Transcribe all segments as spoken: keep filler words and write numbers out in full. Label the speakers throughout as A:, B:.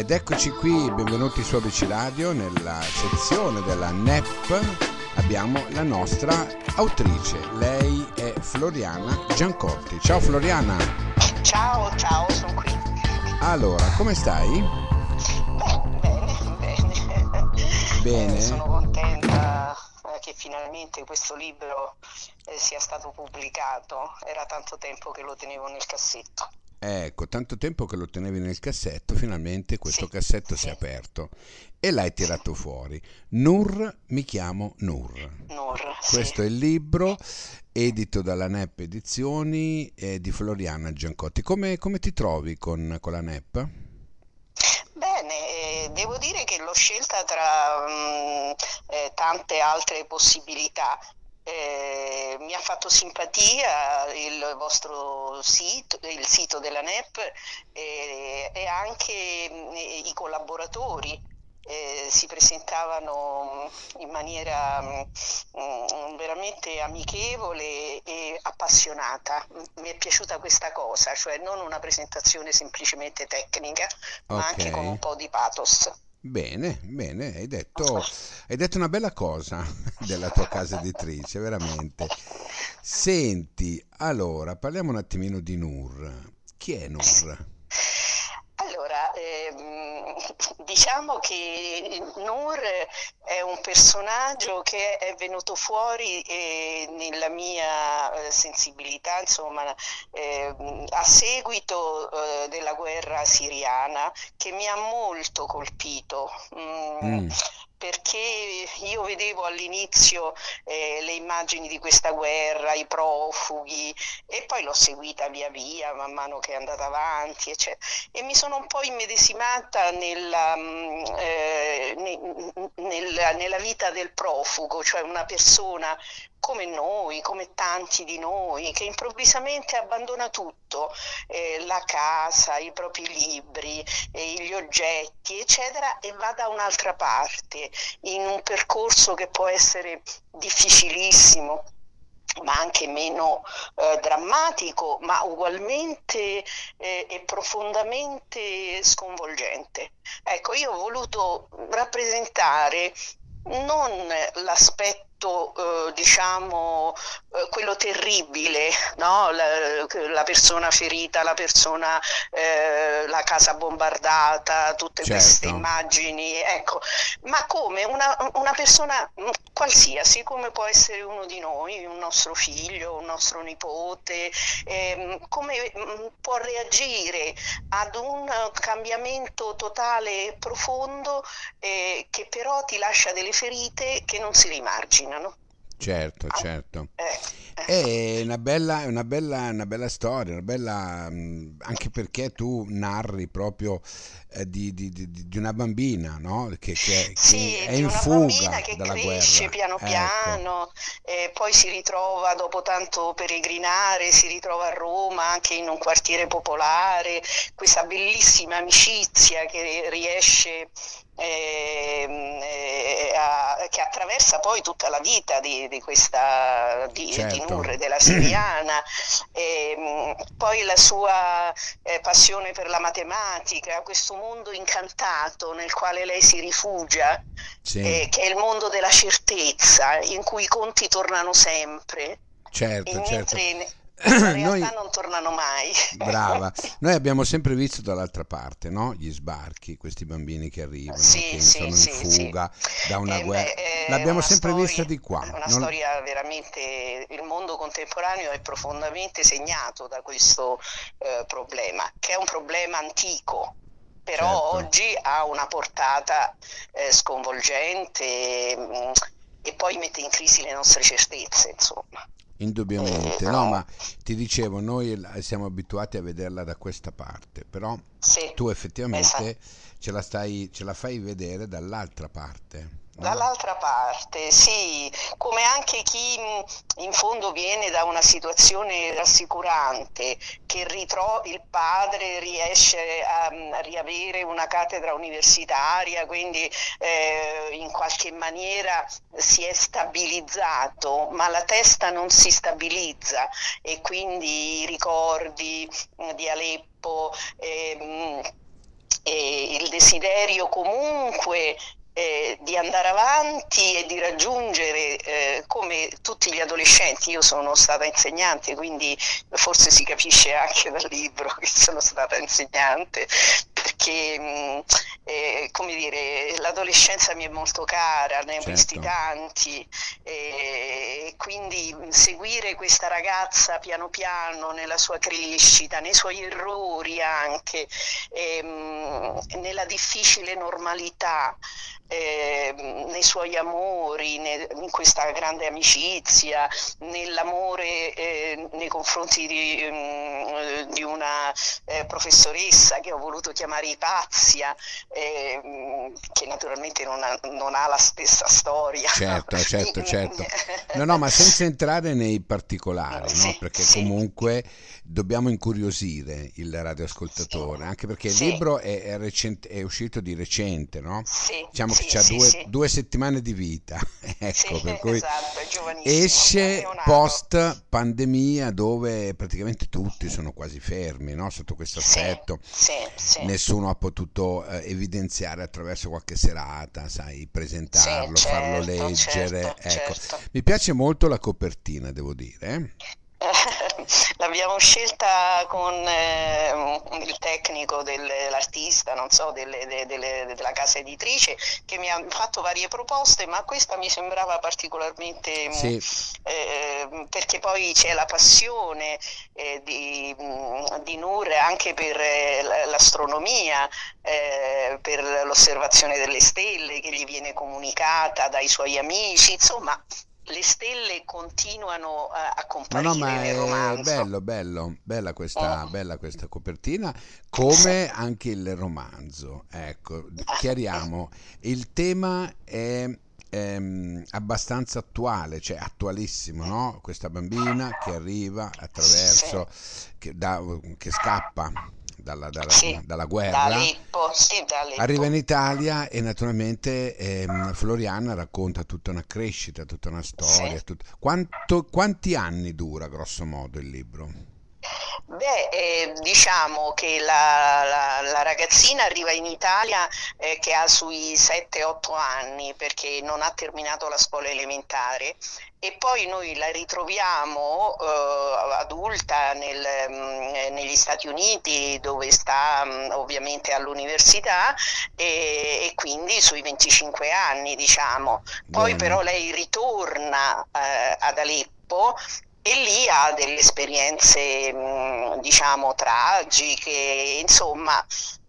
A: Ed eccoci qui, benvenuti su A B C Radio, nella sezione della N E P abbiamo la nostra autrice, lei è Floriana Giancotti. Ciao Floriana!
B: Ciao, ciao, sono qui.
A: Allora, come stai?
B: Beh, bene, bene.
A: Bene?
B: Eh, sono contenta eh, che finalmente questo libro eh, sia stato pubblicato, era tanto tempo che lo tenevo nel cassetto.
A: Ecco, tanto tempo che lo tenevi nel cassetto, finalmente questo
B: Sì,
A: cassetto si è
B: sì,
A: aperto e l'hai
B: sì.
A: tirato fuori. Nur, mi chiamo Nur.
B: Nur, sì.
A: Questo è il libro edito dalla N E P Edizioni eh, di Floriana Giancotti. Come, come ti trovi con, con la N E P?
B: Bene, eh, devo dire che l'ho scelta tra mm, eh, tante altre possibilità. Eh, mi ha fatto simpatia il vostro sito, il sito della N E P eh, e anche mm, i collaboratori. Eh, si presentavano in maniera mm, mm, veramente amichevole e appassionata. Mi è piaciuta questa cosa, cioè non una presentazione semplicemente tecnica, ma
A: Ok,
B: anche con un po' di pathos.
A: bene, bene, hai detto, hai detto una bella cosa della tua casa editrice, veramente. Senti, allora, parliamo un attimino di Nur. Chi è Nur?
B: Allora, ehm, diciamo che Nur è un personaggio che è venuto fuori eh, nella mia eh, sensibilità, insomma, ehm, a seguito eh, della guerra siriana, che mi ha molto colpito. Mm,
A: Mm,
B: perché io vedevo all'inizio eh, le immagini di questa guerra, i profughi, e poi l'ho seguita via via, man mano che è andata avanti, eccetera. E mi sono un po' immedesimata nella, mm, eh, ne- nella- nella vita del profugo, cioè una persona come noi, come tanti di noi, che improvvisamente abbandona tutto, eh, la casa, i propri libri, eh, gli oggetti, eccetera, e va da un'altra parte, in un percorso che può essere difficilissimo, ma anche meno eh, drammatico, ma ugualmente eh, e profondamente sconvolgente. Ecco, io ho voluto rappresentare non l'aspetto, eh, diciamo, eh, quello terribile, no? La, la persona ferita, la persona, eh, la casa bombardata, tutte queste
A: certo,
B: immagini, ecco, ma come una, una persona mh, qualsiasi, come può essere uno di noi, un nostro figlio, un nostro nipote, ehm, come mh, può reagire ad un cambiamento totale e profondo eh, che però ti lascia delle ferite che non si rimarginano.
A: certo,
B: Ah,
A: certo.
B: ecco, ecco.
A: È una bella, è una bella, una bella storia, una bella, mh, anche perché tu narri proprio eh, di, di- di- di una bambina, no? Che, che- che
B: Sì,
A: è
B: di
A: in
B: una bambina
A: fuga
B: che
A: dalla
B: cresce
A: guerra.
B: piano
A: Ecco,
B: piano, eh, poi si ritrova dopo tanto peregrinare, si ritrova a Roma, anche in un quartiere popolare, questa bellissima amicizia che riesce, ehm, eh, a- che attraversa poi tutta la vita di, di questa di, di
A: certo.
B: Nur, della siriana, e, mh, poi la sua eh, passione per la matematica, questo mondo incantato nel quale lei si rifugia,
A: Sì,
B: eh, che è il mondo della certezza, in cui i conti tornano sempre, e
A: certo, certo.
B: mentre ne- nella realtà
A: Noi,
B: non tornano mai.
A: brava, noi abbiamo sempre visto dall'altra parte, no? Gli sbarchi, questi bambini che arrivano,
B: Sì,
A: che
B: sì,
A: sono in
B: sì, sì.
A: fuga da una
B: Eh, beh,
A: guerra.
B: è
A: L'abbiamo
B: una
A: sempre vista
B: storia,
A: di qua.
B: è una
A: Non-
B: storia veramente, il mondo contemporaneo è profondamente segnato da questo eh, problema, che è un problema antico, però
A: Certo.
B: oggi ha una portata eh, sconvolgente, mh, e poi mette in crisi le nostre certezze, insomma. Eh,
A: Indubbiamente, no,
B: no,
A: ma ti dicevo, noi la- siamo abituati a vederla da questa parte, però
B: sì,
A: tu
B: esatto.
A: effettivamente ce la stai, ce la fai vedere dall'altra parte, no?
B: Dall'altra parte, sì, come anche chi mh, in fondo viene da una situazione rassicurante, che ritro- il padre riesce a, mh, a riavere una cattedra universitaria, quindi eh, in qualche maniera si è stabilizzato, ma la testa non si stabilizza, e quindi i ricordi mh, di Aleppo, ehm, e il desiderio comunque eh, di andare avanti e di raggiungere, eh, come tutti gli adolescenti, io sono stata insegnante, quindi forse si capisce anche dal libro che sono stata insegnante, perché mh, eh, come dire, l'adolescenza mi è molto cara, ne ho visti
A: certo.
B: tanti, e quindi seguire questa ragazza piano piano nella sua crescita, nei suoi errori anche, ehm, nella difficile normalità, ehm, nei suoi amori, ne- in questa grande amicizia, nell'amore eh, nei confronti di, mm, di una eh, professoressa che ho voluto chiamare Ipazia, ehm, che naturalmente non ha, non ha la stessa storia.
A: Certo, certo, certo. No, no, ma senza entrare nei particolari, no?
B: Sì,
A: Perché
B: sì,
A: comunque dobbiamo incuriosire il
B: sì,
A: radioascoltatore, anche perché il
B: sì,
A: libro è, è recente- è uscito di recente, no?
B: sì,
A: Diciamo che
B: sì,
A: ha
B: sì,
A: due,
B: sì,
A: due settimane di vita,
B: sì,
A: ecco, per cui
B: esatto, è giovanissimo, è un
A: esce
B: neonato.
A: post pandemia dove praticamente tutti sono quasi fermi, no? Sotto questo
B: Sì,
A: aspetto.
B: sì, sì,
A: Nessuno ha potuto eh, evidenziare attraverso qualche serata, sai,
B: sì,
A: presentarlo, farlo
B: certo,
A: leggere,
B: certo,
A: ecco.
B: certo.
A: Mi piace molto la copertina, devo dire. Eh.
B: L'abbiamo scelta con eh, il tecnico dell'artista, non so, delle- de- delle- della casa editrice, che mi ha fatto varie proposte, ma questa mi sembrava particolarmente, mh,
A: Sì,
B: eh, perché poi c'è la passione eh, di, mh, di Nur anche per eh, l- l'astronomia, eh, per l'osservazione delle stelle che gli viene comunicata dai suoi amici, insomma. Le stelle continuano a, a
A: no, no,
B: comparire
A: ma
B: nel
A: è
B: romanzo.
A: bello, bello, bella questa,
B: Mm,
A: bella questa copertina,
B: sì.
A: come anche il romanzo. Ecco, chiariamo, il tema è ehm, abbastanza attuale, cioè attualissimo, no? Questa bambina che arriva
B: Sì,
A: attraverso, che, da- che scappa dalla, dalla-
B: sì,
A: dalla
B: da
A: guerra.
B: Aleppo, sì, da
A: Arriva in
B: Aleppo.
A: Italia e naturalmente ehm, Floriana racconta tutta una crescita, tutta una
B: Sì.
A: storia. tut- Quanto- quanti anni dura grosso modo il libro?
B: Beh, eh, diciamo che la, la- la ragazzina arriva in Italia eh, che ha sui sette otto anni perché non ha terminato la scuola elementare e poi noi la ritroviamo eh, adulta nel, mm, negli Stati Uniti dove sta mm, ovviamente all'università e, e quindi sui venticinque anni, diciamo. Poi
A: Bene.
B: però lei ritorna eh, ad Aleppo e lì ha delle esperienze, mh, diciamo, tragiche, insomma,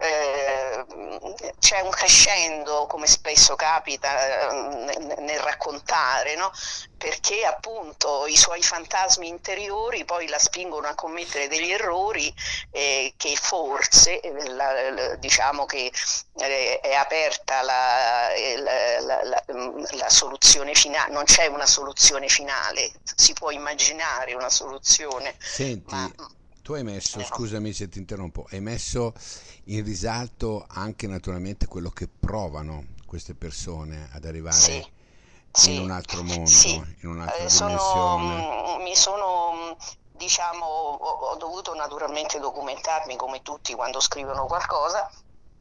B: eh, c'è un crescendo, come spesso capita, eh, nel, nel raccontare, no? Perché appunto i suoi fantasmi interiori poi la spingono a commettere degli errori eh, che forse, eh, la, la, diciamo che eh, è aperta la, la, la, la, la soluzione finale, non c'è una soluzione finale, si può immaginare una soluzione, ma
A: Senti, tu hai messo,
B: no.
A: scusami se ti interrompo, hai messo in risalto anche naturalmente quello che provano queste persone ad
B: Sì,
A: arrivare in
B: sì,
A: un altro
B: sì.
A: mondo, in un'altra
B: Eh, sono,
A: dimensione.
B: mm, mi sono, mm, diciamo, ho, ho dovuto naturalmente documentarmi come tutti quando scrivono qualcosa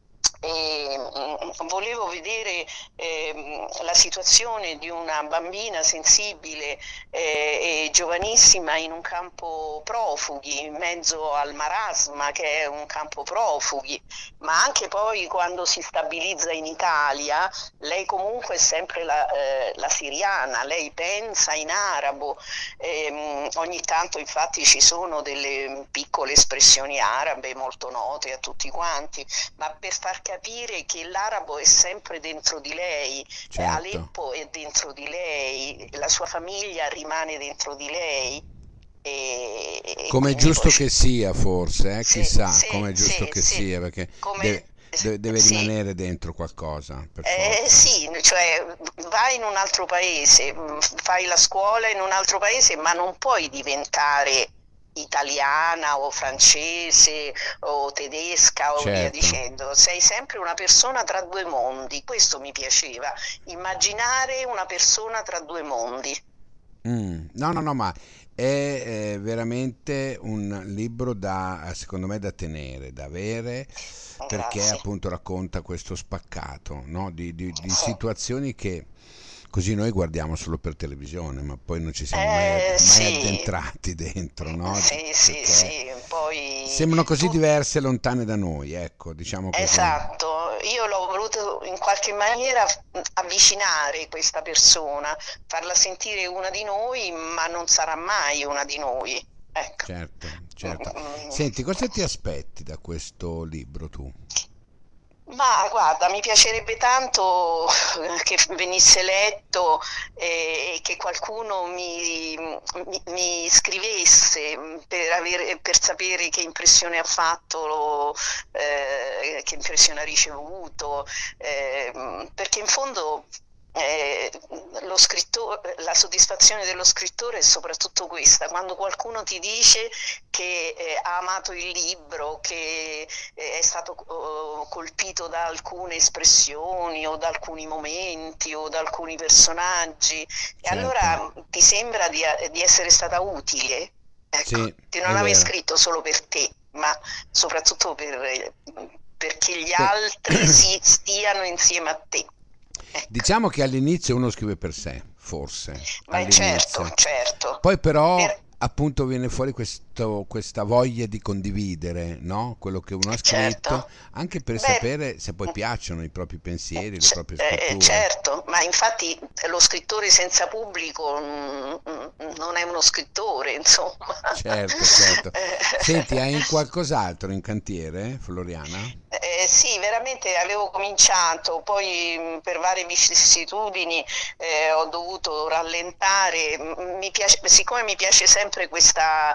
B: e mm, volevo vedere ehm, la situazione di una bambina sensibile eh, e giovanissima in un campo profughi, in mezzo al marasma che è un campo profughi, ma anche poi quando si stabilizza in Italia, lei comunque è sempre la, eh, la siriana, lei pensa in arabo, ehm, ogni tanto infatti ci sono delle piccole espressioni arabe molto note a tutti quanti, ma per far capire che l'arabo è sempre dentro di lei, eh,
A: Certo.
B: Aleppo è dentro di lei, la sua famiglia rimane dentro di lei e, e
A: Come è
B: quindi poi
A: giusto
B: ci...
A: che sia, forse, eh?
B: Sì,
A: Chissà, come
B: sì,
A: è giusto
B: sì,
A: che
B: sì,
A: sia, perché
B: come...
A: deve, deve- deve
B: Sì,
A: rimanere dentro qualcosa, per
B: eh,
A: forza.
B: sì, cioè vai in un altro paese, mh, fai la scuola in un altro paese, ma non puoi diventare italiana o francese o tedesca o via
A: Certo.
B: dicendo. Sei sempre una persona tra due mondi. Questo mi piaceva, immaginare una persona tra due mondi.
A: Mm, no, no, no, ma è eh, veramente un libro da, secondo me, da tenere, da avere, perché
B: Grazie.
A: appunto racconta questo spaccato, no? di, di- di
B: Sì.
A: situazioni che così noi guardiamo solo per televisione, ma poi non ci siamo mai,
B: Eh,
A: mai
B: sì,
A: addentrati dentro, no?
B: sì, sì,
A: Perché
B: sì, poi
A: sembrano così
B: tu.
A: diverse e lontane da noi, ecco, diciamo così.
B: Esatto, io l'ho voluto in qualche maniera avvicinare questa persona, farla sentire una di noi, ma non sarà mai una di noi. Ecco.
A: Certo, certo.
B: Mm.
A: Senti, cosa ti aspetti da questo libro tu?
B: Ma guarda, mi piacerebbe tanto che venisse letto eh, e che qualcuno mi, mi- mi scrivesse per, avere- per sapere che impressione ha fatto, eh, che impressione ha ricevuto, eh, perché in fondo eh, lo scrittore, la soddisfazione dello scrittore è soprattutto questa, quando qualcuno ti dice che eh, ha amato il libro, che eh, è stato eh, colpito da alcune espressioni o da alcuni momenti o da alcuni personaggi, e
A: Certo,
B: allora ti sembra di, di essere stata utile, ecco,
A: sì,
B: di
A: è
B: non aver
A: vero.
B: scritto solo per te, ma soprattutto per, eh, perché gli
A: Beh,
B: altri si stiano insieme a te. Ecco.
A: diciamo che all'inizio uno scrive per sé, forse,
B: Beh, certo,
A: all'inizio.
B: certo.
A: Poi però
B: Per-
A: appunto viene fuori questo- questa voglia di condividere, no? Quello che uno ha scritto,
B: certo.
A: anche per
B: Beh,
A: sapere se poi piacciono i propri pensieri, le
B: c-
A: proprie
B: eh,
A: scritture.
B: certo, ma infatti lo scrittore senza pubblico mm, mm, non è uno scrittore, insomma.
A: Certo, certo. Senti, hai in
B: Eh,
A: qualcos'altro in cantiere, Floriana?
B: Eh, sì, veramente avevo cominciato, poi mh, per varie vicissitudini eh, ho dovuto rallentare. M- Mi piace, siccome mi piace sempre questa,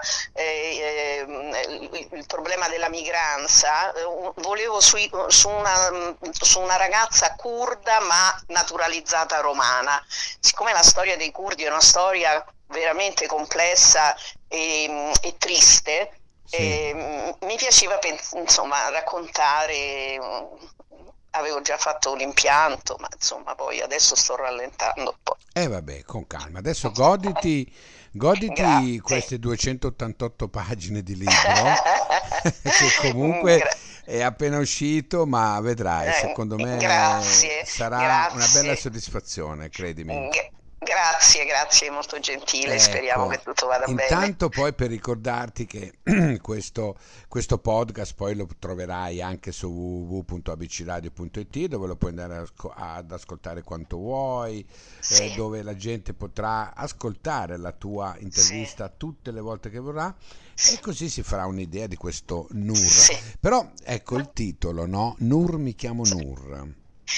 B: eh, ehm, il, il problema della migranza, eh, un- volevo sui- su, una, mh, su una ragazza curda ma naturalizzata romana. Siccome la storia dei curdi è una storia veramente complessa e, mh, e triste,
A: Sì.
B: e, mm, mi piaceva pens- insomma raccontare, mm, avevo già fatto un impianto, ma insomma poi adesso sto rallentando un po'.
A: E vabbè, con calma. Adesso goditi, goditi
B: Grazie.
A: queste duecentottantotto pagine di libro, che comunque
B: Gra-
A: è appena uscito, ma vedrai,
B: eh,
A: secondo me
B: grazie,
A: sarà una bella
B: grazie.
A: soddisfazione, credimi.
B: G- Grazie, grazie, molto gentile, speriamo che
A: Ecco,
B: tutto vada bene.
A: intanto poi per ricordarti che questo, questo podcast poi lo troverai anche su w w w punto a b c radio punto i t, dove lo puoi andare ad asco- ad ascoltare quanto vuoi,
B: Sì,
A: eh, dove la gente potrà ascoltare la tua
B: sì,
A: intervista tutte le volte che vorrà, e
B: sì,
A: così si farà un'idea di questo Nur.
B: sì.
A: Però ecco il titolo, no? Nur, mi chiamo Nur.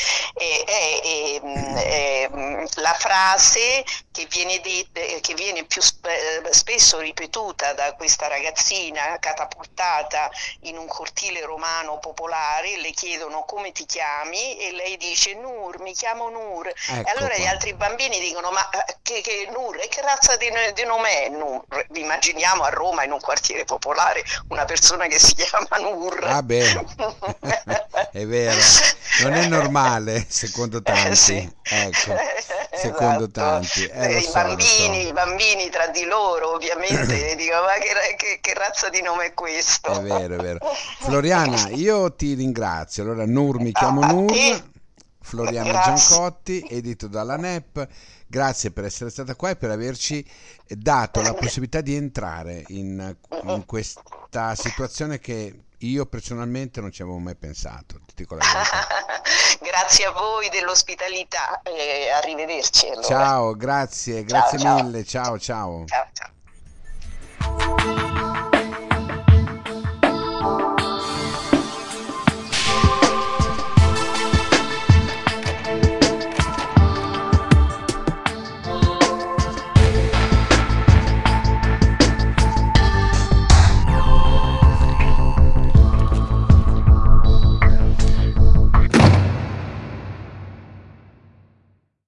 B: E, è, è, mm, è, mm, la frase che viene, detta, che viene più sp- spesso ripetuta da questa ragazzina catapultata in un cortile romano popolare, le chiedono come ti chiami e lei dice Nur, mi chiamo Nur. E
A: Ecco
B: allora gli
A: qua.
B: altri bambini dicono ma eh, che, che Nur, e che razza di, di nome è Nur? Immaginiamo a Roma in un quartiere popolare una persona che si chiama Nur.
A: Ah beh, è vero, non è normale, secondo
B: Eh, sì,
A: tanti, ecco, secondo
B: esatto.
A: tanti, eh lo
B: Eh, I
A: so, lo so,
B: bambini, i bambini tra di loro ovviamente dicono ma che, ra- che- che razza di nome è questo?
A: è vero, è vero. Floriana, io ti ringrazio, allora Nur, mi
B: A,
A: chiamo
B: a te,
A: Nur, Floriana
B: grazie.
A: Giancotti, edito dalla N E P, grazie per essere stata qua e per averci dato la possibilità di entrare in, in questa situazione che io personalmente non ci avevo mai pensato, ti dico la verità.
B: Grazie a voi dell'ospitalità e arrivederci allora.
A: Ciao, grazie,
B: Ciao,
A: grazie
B: ciao.
A: mille, ciao ciao.
B: Ciao.